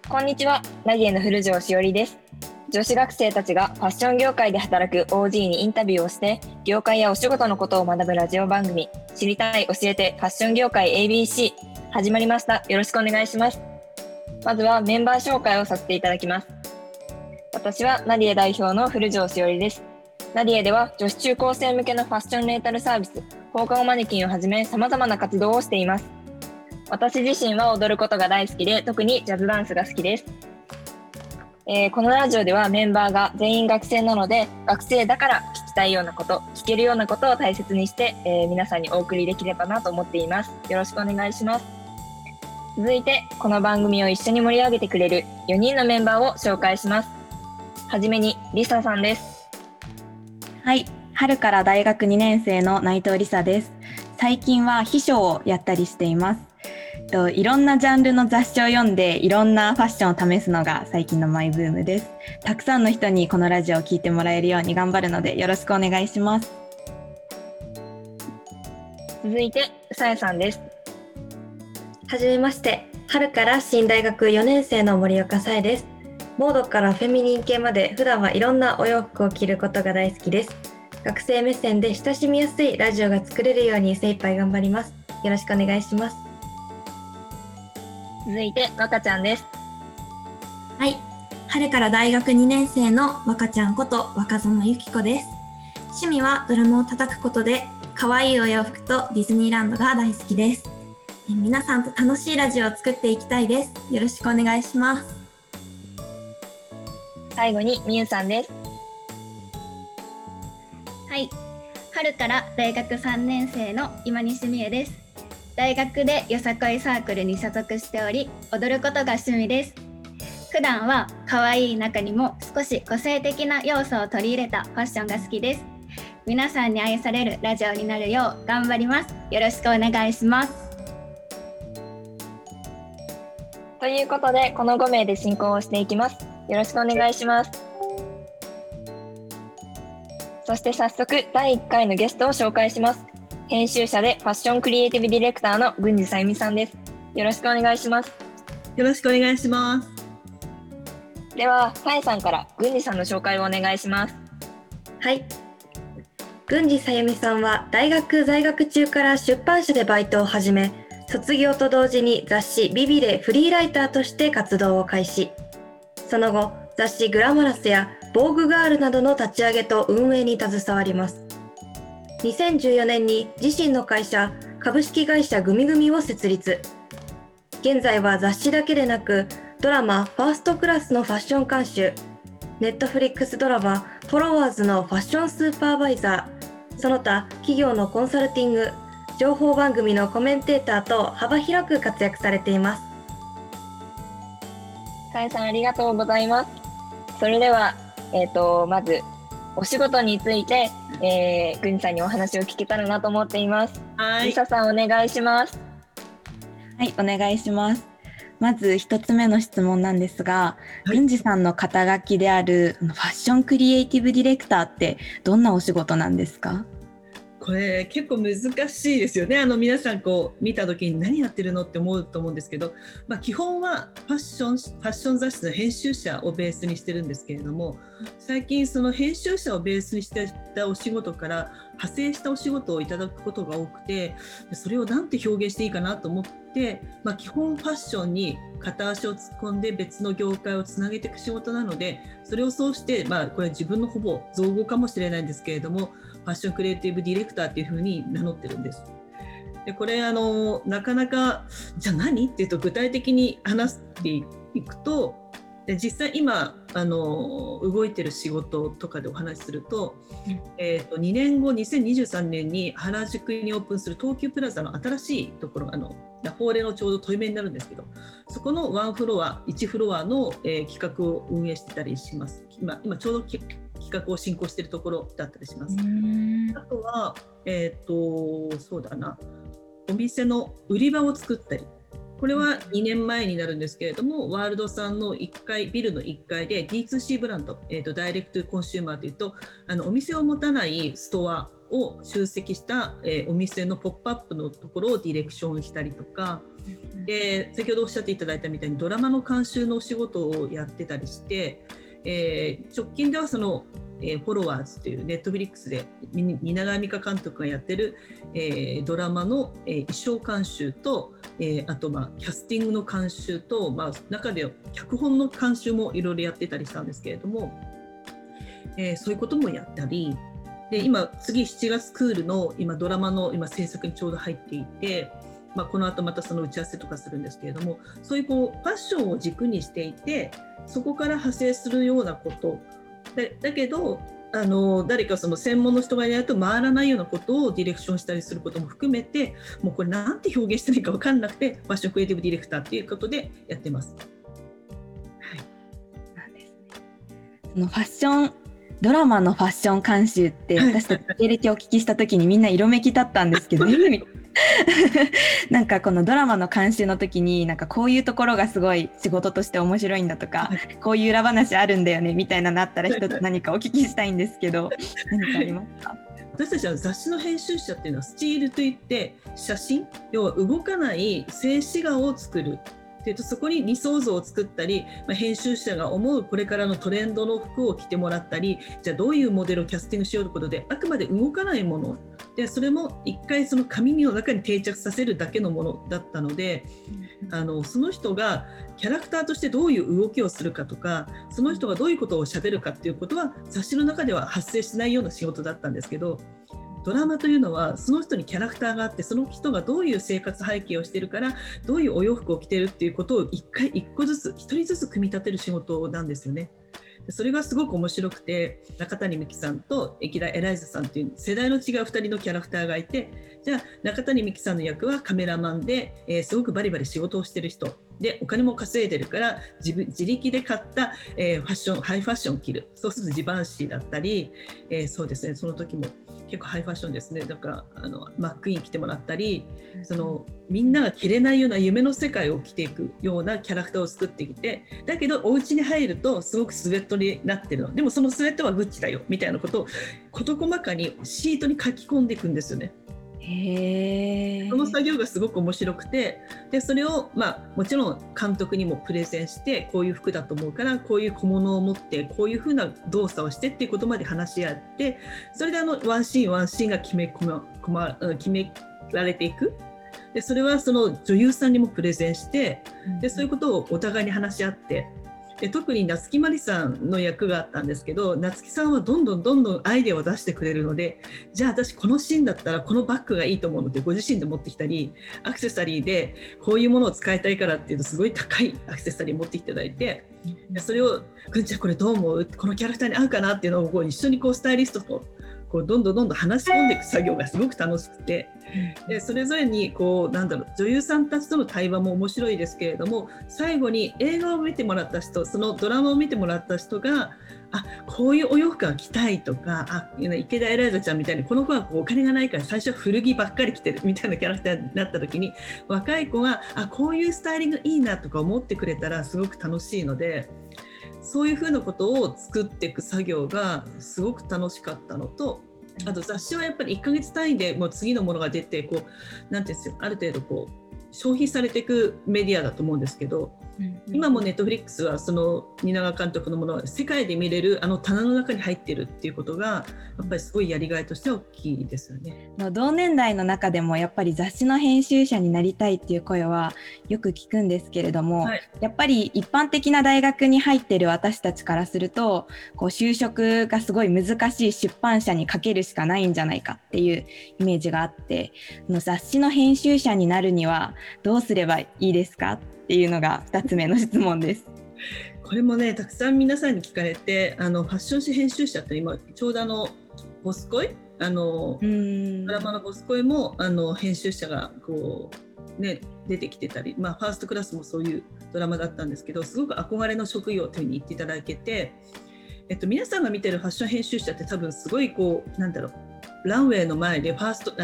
こんにちは、ナディエの古城しおりです。女子学生たちがファッション業界で働く OG にインタビューをして、業界やお仕事のことを学ぶラジオ番組、知りたい教えてファッション業界 ABC 始まりました。よろしくお願いします。まずはメンバー紹介をさせていただきます。私はナディエ代表の古城しおりです。ナディエでは女子中高生向けのファッションレンタルサービス、放課後マネキンをはじめ様々な活動をしています。私自身は踊ることが大好きで、特にジャズダンスが好きです。このラジオではメンバーが全員学生なので、学生だから聞きたいようなこと、聞けるようなことを大切にして、皆さんにお送りできればなと思っています。よろしくお願いします。続いて、この番組を一緒に盛り上げてくれる4人のメンバーを紹介します。はじめに、リサさんです。 はい、春から大学2年生の内藤理沙です。最近は秘書をやったりしています。いろんなジャンルの雑誌を読んでいろんなファッションを試すのが最近のマイブームです。たくさんの人にこのラジオを聞いてもらえるように頑張るのでよろしくお願いします。 続いて、さやさんです。 はじめまして、春から新大学4年生の森岡さえです。モードからフェミニン系まで普段はいろんなお洋服を着ることが大好きです。学生目線で親しみやすいラジオが作れるように精一杯頑張ります。よろしくお願いします。 続いて、若ちゃんです。 はい、春から大学2年生の若ちゃんこと若園ゆき子です。趣味はドラムを叩くことで、可愛いお洋服とディズニーランドが大好きです。皆さんと楽しいラジオを作っていきたいです。よろしくお願いします。 最後に、みゆさんです。 はい、春から大学3年生の今西美恵です。大学でよさこいサークルに所属しており、踊ることが趣味です。普段は可愛い中にも少し個性的な要素を取り入れたファッションが好きです。皆さんに愛されるラジオになるよう頑張ります。よろしくお願いします。 ということで、この5名で進行をしていきます。よろしくお願いします。そして早速、第1回のゲストを紹介します。編集者でファッションクリエイティブディレクターの郡司さゆみさんです。よろしくお願いします。 よろしくお願いします。 では、さえさんから郡司さんの紹介をお願いします。 はい。郡司さゆみさんは大学在学中から出版社でバイトを始め、卒業と同時に雑誌ビビでフリーライターとして活動を開始。その後、雑誌グラマラスやボーグガールなどの立ち上げと運営に携わります。2014年に自身の会社、株式会社グミグミを設立。現在は雑誌だけでなく、ドラマファーストクラスのファッション監修、ネットフリックスドラマフォロワーズのファッションスーパーバイザー、その他企業のコンサルティング、情報番組のコメンテーターと幅広く活躍されています。 さえさんありがとうございます。それでは、まずお仕事について、郡司さんにお話を聞けたらなと思っています。 はい。 りささんお願いします。 はい、お願いします。まず一つ目の質問なんですが、郡司さんの肩書きであるファッションクリエイティブディレクターってどんなお仕事なんですか？ これ結構難しいですよね。皆さんこう見た時に何やってるのって思うと思うんですけど、基本はファッション雑誌の編集者をベースにしてるんですけれども、最近その編集者をベースにしてたお仕事から派生したお仕事をいただくことが多くて、それをなんて表現していいかなと思って、基本ファッションに片足を突っ込んで別の業界をつなげていく仕事なので、それをそうして、これ自分のほぼ造語かもしれないんですけれども、ファッションクリエイティブディレクターっていうふうに名乗ってるんです。でこれなかなかじゃあ何っていうと具体的に話していくと、で実際今動いてる仕事とかでお話しすると、2年後2023年に原宿にオープンする東急プラザの新しいところ、ラフォーレのちょうど対面になるんですけど、そこの1フロアの、企画を運営してたりします。今ちょうど企画を進行しているところだったりします。あとは、そうだな、お店の売り場を作ったり、これは2年前になるんですけれども、ワールドさんのビルの1階で D2C ブランド、ダイレクトコンシューマーというと、お店を持たないストアを集積した、お店のポップアップのところをディレクションしたりとか、 で先ほどおっしゃっていただいたみたいにドラマの監修のお仕事をやってたりして、直近ではその、フォロワーズというネットフリックスで蜷川実花監督がやってる、ドラマの、衣装監修と、あと、キャスティングの監修と、中で脚本の監修もいろいろやってたりしたんですけれども、そういうこともやったりで、今次7月クールの今ドラマの今制作にちょうど入っていて、この後またその打ち合わせとかするんですけれども、そういうファッションを軸にしていて、そこから派生するようなことだけど、誰かその専門の人がいないと回らないようなことをディレクションしたりすることも含めて、もうこれなんて表現したらいいか分かんなくて、ファッションクリエイティブディレクターっていうことでやってます。 そのファッションドラマのファッション監修って私たち経歴をお聞きした時にみんな色めき立ったんですけどなんかこのドラマの監修の時になんかこういうところがすごい仕事として面白いんだとか、こういう裏話あるんだよねみたいなのあったら一つ何かお聞きしたいんですけど何かありますか？ 私たちは雑誌の編集者っていうのはスチールといって写真、要は動かない静止画を作るっていうと、そこに理想像を作ったり、編集者が思うこれからのトレンドの服を着てもらったり、じゃあどういうモデルをキャスティングしようということで、あくまで動かないもので、それも一回その紙の中に定着させるだけのものだったので、その人がキャラクターとしてどういう動きをするかとか、その人がどういうことをしゃべるかっていうことは雑誌の中では発生しないような仕事だったんですけど、ドラマというのはその人にキャラクターがあって、その人がどういう生活背景をしているから、どういうお洋服を着ているっていうことを一個ずつ一人ずつ組み立てる仕事なんですよね。それがすごく面白くて、中谷美紀さんと池田エライザさんという世代の違う2人のキャラクターがいて、じゃあ中谷美紀さんの役はカメラマンで、すごくバリバリ仕事をしている人で、お金も稼いでるから自力で買った、ハイファッションを着る。そうするとジバンシーだったり、そうですね、その時も結構ハイファッションですね。だからマックイーン着てもらったり、そのみんなが着れないような夢の世界を着ていくようなキャラクターを作ってきて、だけどお家に入るとすごくスウェットになってるのでも、そのスウェットはグッチだよみたいなことを事細かにシートに書き込んでいくんですよね。その作業がすごく面白くて、でそれを、もちろん監督にもプレゼンして、こういう服だと思うからこういう小物を持ってこういうふうな動作をしてっていうことまで話し合って、それでワンシーンワンシーンが決められていく。でそれはその女優さんにもプレゼンして、でそういうことをお互いに話し合って、で特に夏木マリさんの役があったんですけど、夏木さんはどんどんアイデアを出してくれるので、じゃあ私このシーンだったらこのバッグがいいと思うのでご自身で持ってきたり、アクセサリーでこういうものを使いたいからっていうとすごい高いアクセサリー持ってきていただいて、でそれをぐんちゃんこれどう思う、このキャラクターに合うかなっていうのを一緒にスタイリストとどんどん話し込んでいく作業がすごく楽しくて、でそれぞれに女優さんたちとの対話も面白いですけれども、最後に映画を見てもらった人、そのドラマを見てもらった人が、こういうお洋服が着たいとか、池田エライザちゃんみたいにこの子はお金がないから最初は古着ばっかり着てるみたいなキャラクターになった時に、若い子がこういうスタイリングいいなとか思ってくれたらすごく楽しいので、そういうふうなことを作っていく作業がすごく楽しかったのと、あと雑誌はやっぱり1ヶ月単位でもう次のものが出て、なんていうんですよ、ある程度消費されていくメディアだと思うんですけど、今もネットフリックスはその蜷川監督のものは世界で見れる棚の中に入ってるっていうことがやっぱりすごいやりがいとしては大きいですよね。 同年代の中でもやっぱり雑誌の編集者になりたいっていう声はよく聞くんですけれども、やっぱり一般的な大学に入ってる私たちからすると就職がすごい難しい出版社にかけるしかないんじゃないかっていうイメージがあって、雑誌の編集者になるにはどうすればいいですかっていうのが2つ目の質問です。 これもね、たくさん皆さんに聞かれて、ファッション誌編集者って今ちょうどボスコイドラマのボスコイも編集者が出てきてたり、ファーストクラスもそういうドラマだったんですけど、すごく憧れの職業というふうに言っていただけて、皆さんが見てるファッション編集者って多分すごいランウェイの前でファースト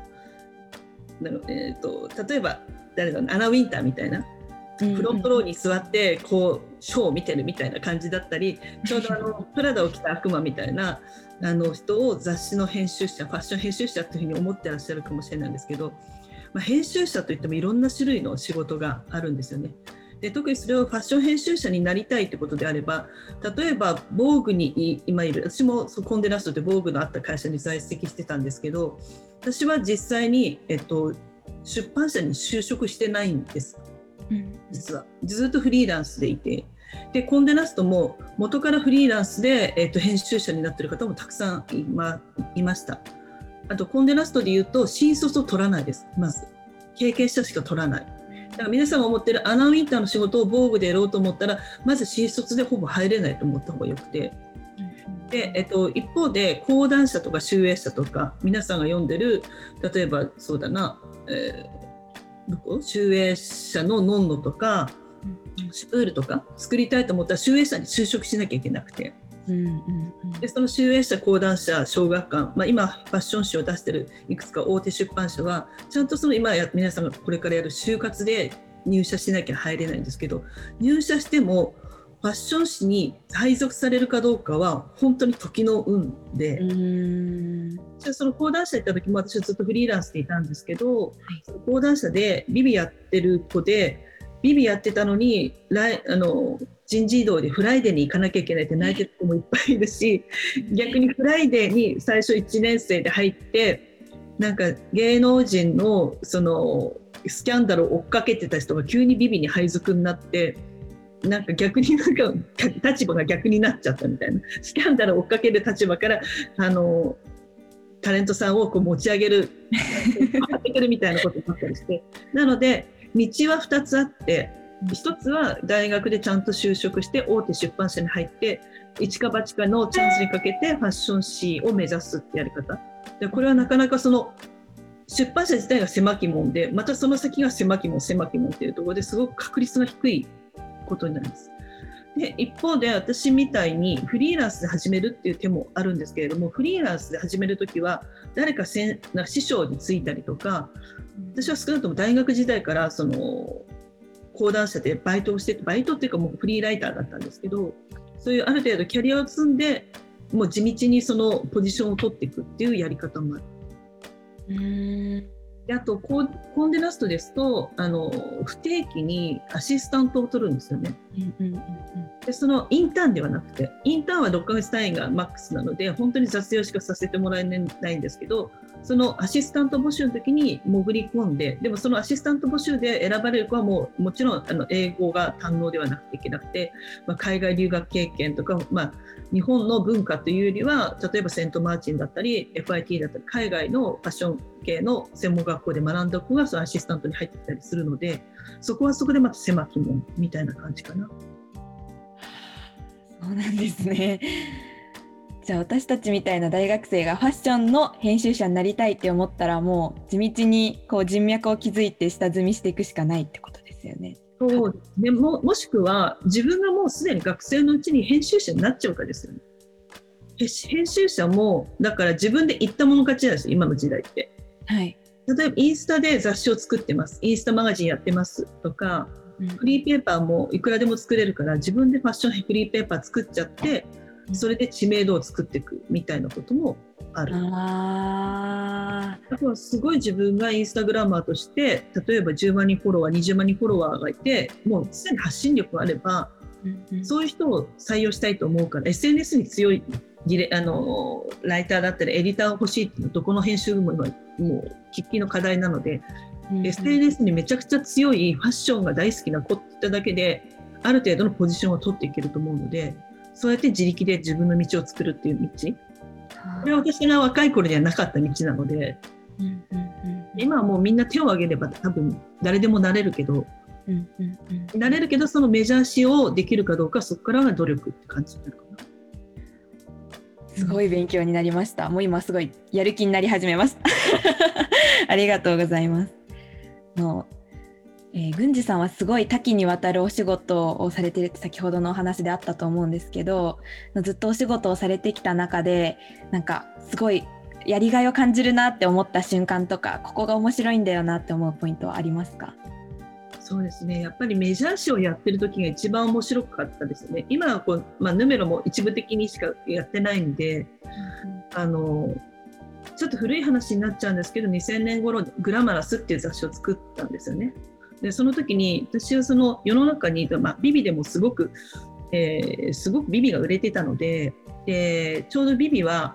例えばアナ・ウィンターみたいなフロントローに座ってショーを見てるみたいな感じだったり、ちょうどプラダを着た悪魔みたいな人を雑誌の編集者、ファッション編集者というふうに思ってらっしゃるかもしれないんですけど、 編集者といってもいろんな種類の仕事があるんですよね。で特にそれをファッション編集者になりたいということであれば、例えばボーグに今いる、私もコンデナストでボーグのあった会社に在籍してたんですけど、私は実際に、出版社に就職してないんです、実はずっとフリーランスでいて、でコンデナストも元からフリーランスで、編集者になっている方もたくさんいました。あとコンデナストでいうと新卒を取らないです。まず経験者しか取らない。だから皆さんが思っているアナウィンターの仕事を防具でやろうと思ったら、まず新卒でほぼ入れないと思った方がよくて、で、一方で講談社とか集英社とか皆さんが読んでる、例えばそうだな、集英社のノンノとかシュプールとか作りたいと思ったら集英社に就職しなきゃいけなくて、でその集英社、講談社、小学館、今ファッション誌を出しているいくつか大手出版社はちゃんとその今皆さんがこれからやる就活で入社しなきゃ入れないんですけど、入社してもファッション誌に配属されるかどうかは本当に時の運で、その講談社行った時も私はずっとフリーランスでいたんですけど、その講談社でビビやってる子でビビやってたのに人事異動でフライデーに行かなきゃいけないって泣いてる子もいっぱいいるし、逆にフライデーに最初1年生で入ってなんか芸能人のそのスキャンダルを追っかけてた人が急にビビに配属になって、なんか逆になんか立場が逆になっちゃったみたいな、スキャンダルを追っかける立場からタレントさんをこう持ち上げる上ってくるみたいなことになったりして、なので道は2つあって、1つは大学でちゃんと就職して大手出版社に入って一か八かのチャンスにかけてファッション誌を目指すってやり方で、これはなかなかその出版社自体が狭き門で、またその先が狭き門っていうところですごく確率が低いことになります。で一方で私みたいにフリーランスで始めるっていう手もあるんですけれども、フリーランスで始めるときは誰か師匠についたりとか、私は少なくとも大学時代からその講談社でバイトをしてて、バイトっていうかもうフリーライターだったんですけど、そういうある程度キャリアを積んでもう地道にそのポジションを取っていくっていうやり方もある。であとコンデナストですと不定期にアシスタントを取るんですよね。でそのインターンではなくて、インターンは6ヶ月単位がマックスなので本当に雑用しかさせてもらえないんですけど、そのアシスタント募集の時に潜り込んで、でもそのアシスタント募集で選ばれる子はもちろん英語が堪能ではなくていけなくて、海外留学経験とか、日本の文化というよりは例えばセントマーチンだったり FIT だったり海外のファッション系の専門学校で学んだ子がそのアシスタントに入ってきたりするので、そこはそこでまた狭き門みたいな感じかな。 そうなんですね。じゃあ私たちみたいな大学生がファッションの編集者になりたいって思ったら、もう地道にこう人脈を築いて下積みしていくしかないってことですよね。 そうですね。もしくは自分がもうすでに学生のうちに編集者になっちゃうかですよね。編集者もだから自分で言ったもの勝ちなんですよ、今の時代って。 はい、 例えばインスタで雑誌を作ってます、インスタマガジンやってますとか、フリーペーパーもいくらでも作れるから自分でファッションフリーペーパー作っちゃってそれで知名度を作っていくみたいなこともある。あとはすごい自分がインスタグラマーとして例えば10万人フォロワー20万人フォロワーがいてもうすでに発信力があれば、そういう人を採用したいと思うから SNS に強いライターだったりエディターが欲しいっていうのはどこの編集も今もう喫緊の課題なので、SNS にめちゃくちゃ強いファッションが大好きな子って言っただけである程度のポジションを取っていけると思うので、そうやって自力で自分の道を作るっていう道、これは私が若い頃にはなかった道なので、今はもうみんな手を挙げれば多分誰でもなれるけど、そのメジャー視をできるかどうかそこからが努力って感じになるかな。 すごい勉強になりました。もう今すごいやる気になり始めましたありがとうございます。郡司さんはすごい多岐にわたるお仕事をされているって先ほどのお話であったと思うんですけど、ずっとお仕事をされてきた中でなんかすごいやりがいを感じるなって思った瞬間とか、ここが面白いんだよなって思うポイントはありますか？ そうですね、やっぱりメジャー誌をやってる時が一番面白かったですね。今はヌメロも一部的にしかやってないんで、 ちょっと古い話になっちゃうんですけど、2000年頃グラマラスっていう雑誌を作ったんですよね。でその時に私はその世の中に、ビビでもすごくビビが売れてたので、ちょうどビビは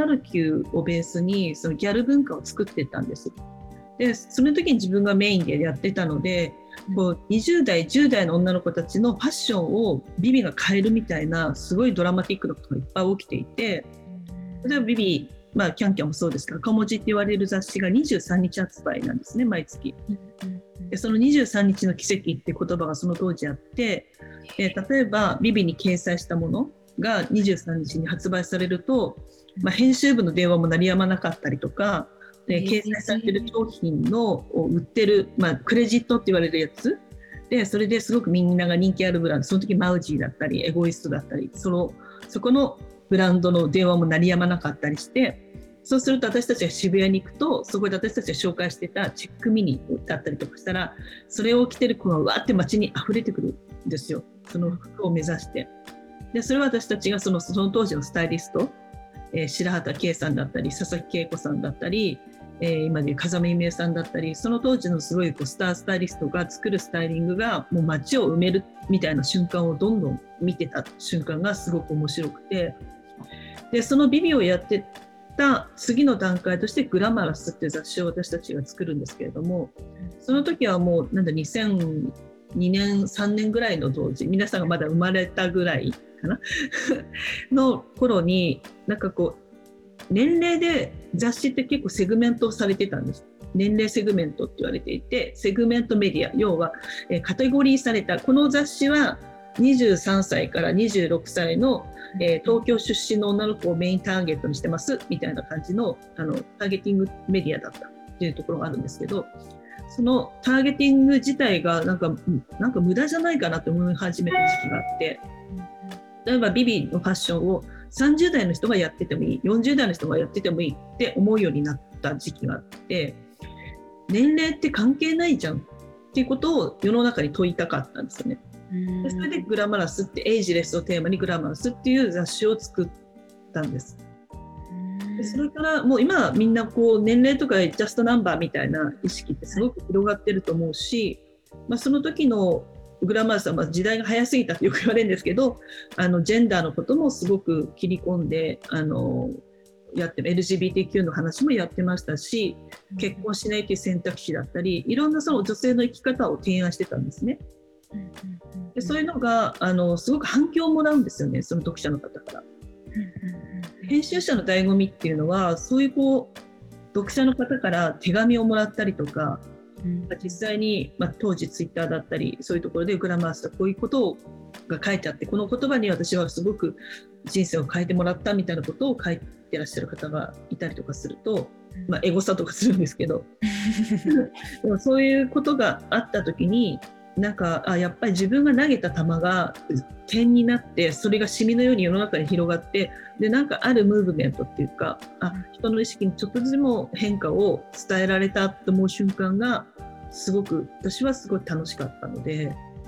109をベースにそのギャル文化を作ってたんです。でその時に自分がメインでやってたので、こう20代10代の女の子たちのファッションをビビが変えるみたいなすごいドラマティックなことがいっぱい起きていて、例えばビビ、キャンキャンもそうですが、赤文字って言われる雑誌が23日発売なんですね、毎月。でその23日の奇跡って言葉がその当時あって、例えばビビに掲載したものが23日に発売されると、編集部の電話も鳴りやまなかったりとか、掲載されてる商品の売ってる、クレジットって言われるやつで、それですごくみんなが人気あるブランド、その時マウジーだったりエゴイストだったり、そこのブランドの電話も鳴りやまなかったりして、そうすると私たちが渋谷に行くと、そこで私たちが紹介してたチェックミニだったりとかしたら、それを着てる子がわーって街に溢れてくるんですよ、その服を目指して。でそれは私たちがその当時のスタイリスト、白畑圭さんだったり佐々木恵子さんだったり、今でいう風見ゆめさんだったり、その当時のすごいスタースタイリストが作るスタイリングがもう街を埋めるみたいな瞬間をどんどん見てた瞬間がすごく面白くて、でそのビビをやってた次の段階としてグラマラスっていう雑誌を私たちが作るんですけれども、その時はもう2002年3年ぐらいの当時、皆さんがまだ生まれたぐらいかなの頃に、なんかこう年齢で雑誌って結構セグメントされてたんです。年齢セグメントって言われていて、セグメントメディア、要はカテゴリーされた、この雑誌は23歳から26歳の東京出身の女の子をメインターゲットにしてますみたいな感じのターゲティングメディアだったっていうところがあるんですけど、そのターゲティング自体がなんか無駄じゃないかなと思い始めた時期があって、例えばビビのファッションを30代の人がやっててもいい、40代の人がやっててもいいって思うようになった時期があって、年齢って関係ないじゃんっていうことを世の中に問いたかったんですよね。でそれでグラマラスって、エイジレスをテーマにグラマラスっていう雑誌を作ったんです。でそれからもう今はみんなこう年齢とかジャストナンバーみたいな意識ってすごく広がってると思うし、その時のグラマラスは時代が早すぎたってよく言われるんですけど、ジェンダーのこともすごく切り込んでやって LGBTQ の話もやってましたし、結婚しないという選択肢だったり、いろんなその女性の生き方を提案してたんですね。でそういうのがすごく反響をもらうんですよね、その読者の方から。編集者の醍醐味っていうのは、そういう読者の方から手紙をもらったりとか、実際に、当時ツイッターだったりそういうところでグラマラスとこういうことが書いてあって、この言葉に私はすごく人生を変えてもらったみたいなことを書いてらっしゃる方がいたりとかすると、エゴサとかするんですけどでもそういうことがあった時に、なんかやっぱり自分が投げた球が点になって、それがシミのように世の中に広がって、でなんかあるムーブメントっていうか、人の意識にちょっとずつでも変化を伝えられたと思う瞬間がすごく、私はすごい楽しかったので、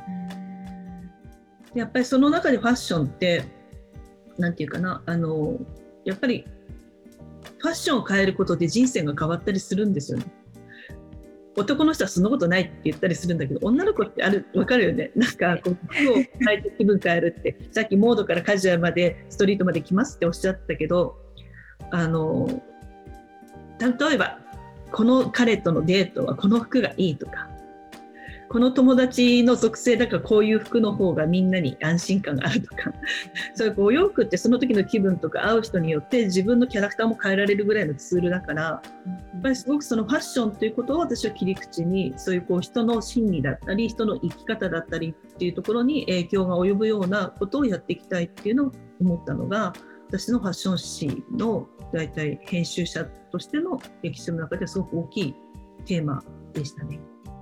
やっぱりその中でファッションってなんていうかな、やっぱりファッションを変えることで人生が変わったりするんですよね。男の人はそんなことないって言ったりするんだけど、女の子って分かるよね。なんか服を変えて気分変えるって、さっきモードからカジュアルまでストリートまで来ますっておっしゃったけど、例えばこの彼とのデートはこの服がいいとか、この友達の属性だからこういう服の方がみんなに安心感があるとかそういうお洋服ってその時の気分とか会う人によって自分のキャラクターも変えられるぐらいのツールだから、やっぱりすごくそのファッションということを私は切り口に、そういう人の心理だったり人の生き方だったりっていうところに影響が及ぶようなことをやっていきたいっていうのを思ったのが、私のファッション誌の大体編集者としての歴史の中ですごく大きいテーマでしたね。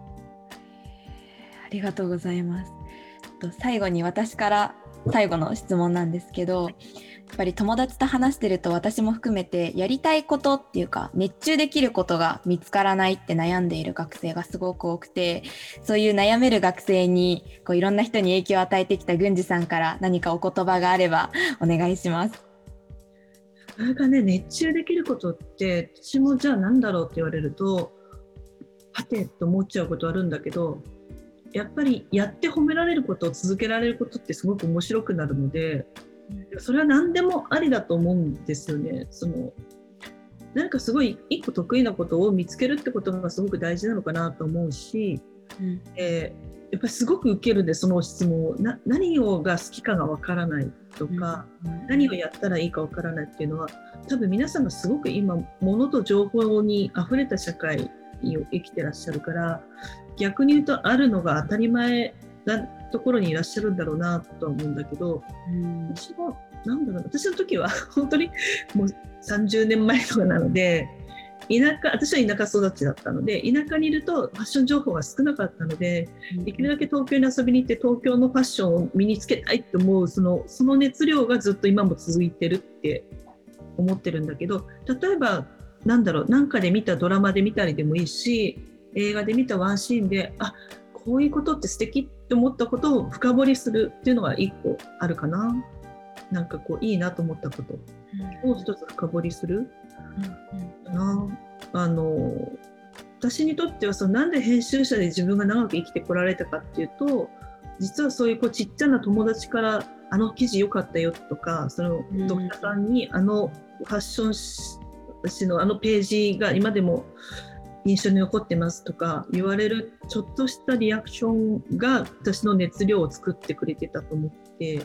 ありがとうございます。最後に私から最後の質問なんですけど、やっぱり友達と話してると私も含めてやりたいことっていうか熱中できることが見つからないって悩んでいる学生がすごく多くて、そういう悩める学生にいろんな人に影響を与えてきた郡司さんから何かお言葉があればお願いします。 それがね、熱中できることって私もじゃあ何だろうって言われるとはてと思っちゃうことあるんだけど、やっぱりやって褒められることを続けられることってすごく面白くなるので、それは何でもありだと思うんですよね。何かすごい一個得意なことを見つけるってことがすごく大事なのかなと思うし、やっぱりすごく受けるんで、その質問を何をが好きかがわからないとか、何をやったらいいかわからないっていうのは、多分皆さんがすごく今物と情報にあふれた社会を生きてらっしゃるから、逆に言うとあるのが当たり前なところにいらっしゃるんだろうなとは思うんだけど、私の時は本当にもう30年前とかなので、私は田舎育ちだったので、田舎にいるとファッション情報が少なかったので、できるだけ東京に遊びに行って東京のファッションを身につけたいと思うその熱量がずっと今も続いてるって思ってるんだけど、例えばなんかで見たドラマで見たりでもいいし、映画で見たワンシーンでこういうことって素敵って思ったことを深掘りするっていうのが一個あるかな。なんかこういいなと思ったことを一つ深掘りするかな。私にとってはなんで編集者で自分が長く生きてこられたかっていうと、実はそういうちっちゃな友達からあの記事良かったよとか、その読者さんにファッション誌のページが今でも印象に残ってますとか言われるちょっとしたリアクションが私の熱量を作ってくれてたと思って、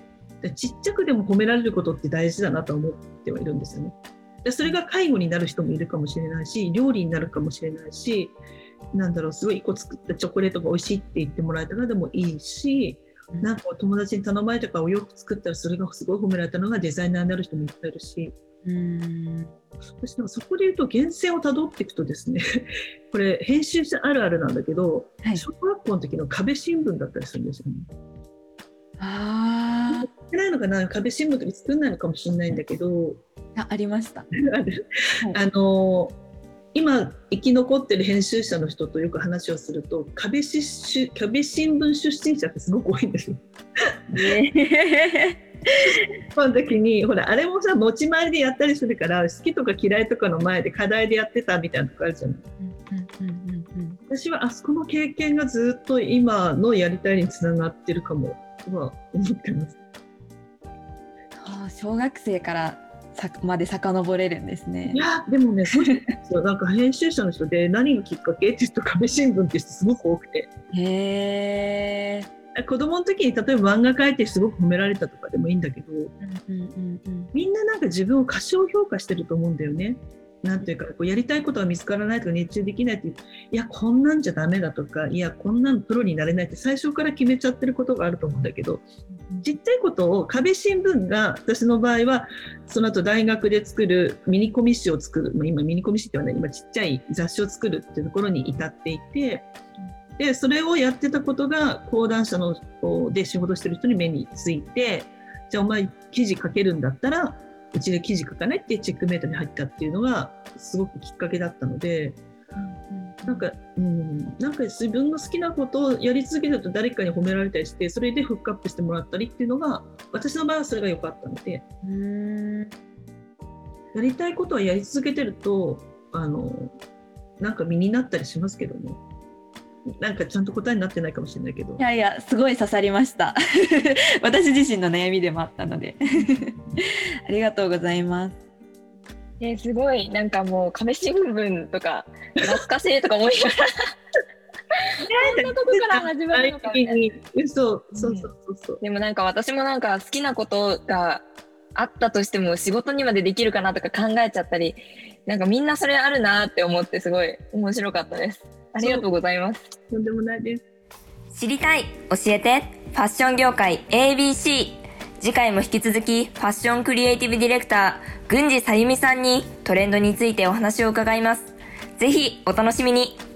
ちっちゃくでも褒められることって大事だなと思ってはいるんですよね。でそれが介護になる人もいるかもしれないし、料理になるかもしれないし、すごい1個作ったチョコレートが美味しいって言ってもらえたらでもいいし、なんか友達に頼まれたからお洋服作ったらそれがすごい褒められたのがデザイナーになる人もいっぱいいるし、私そこで言うと源泉をたどっていくとですねこれ編集者あるあるなんだけど、小学校の時の壁新聞だったりするんですよね。作ってないのかな、壁新聞とか作んないのかもしれないんだけど、 ありました今生き残ってる編集者の人とよく話をすると、壁新聞出身者ってすごく多いんですよ。その時にほらあれも持ち回りでやったりするから、好きとか嫌いとかの前で課題でやってたみたいなとこあるじゃない。私はあそこの経験がずっと今のやりたいにつながってるかもとは思ってます。 小学生からまで遡れるんですね。 いやでもね、そうですよ。なんか編集者の人で何がきっかけって言うと壁新聞って人すごく多くて、子供の時に例えば漫画描いてすごく褒められたとかでもいいんだけど、みんななんか自分を過小評価してると思うんだよね。なんていうかやりたいことが見つからないとか熱中できないっていう、いやこんなんじゃダメだとか、いやこんなんプロになれないって最初から決めちゃってることがあると思うんだけど、ちっちゃいことを壁新聞が、私の場合はその後大学で作るミニコミ誌を作る、今ミニコミ誌ってはね、今ちっちゃい雑誌を作るっていうところに至っていて、でそれをやってたことが講談社ので仕事してる人に目について、じゃあお前記事書けるんだったらうちで記事書かないってチェックメイトに入ったっていうのがすごくきっかけだったので、なんか自分の好きなことをやり続けると誰かに褒められたりして、それでフックアップしてもらったりっていうのが、私の場合はそれが良かったので、やりたいことはやり続けてるとなんか身になったりしますけどね。なんかちゃんと答えになってないかもしれないけど、 いやすごい刺さりました私自身の悩みでもあったのでありがとうございます。 すごいなんかもう壁新聞とか懐かしいとか思いながらそんなとこから始まるのかみたいな。 そうでもなんか私もなんか好きなことがあったとしても仕事にまでできるかなとか考えちゃったり、なんかみんなそれあるなって思ってすごい面白かったです。ありがとうございます。 とんでもないです。 知りたい教えてファッション業界 ABC。 次回も引き続きファッションクリエイティブディレクター郡司さゆみさんにトレンドについてお話を伺います。ぜひお楽しみに。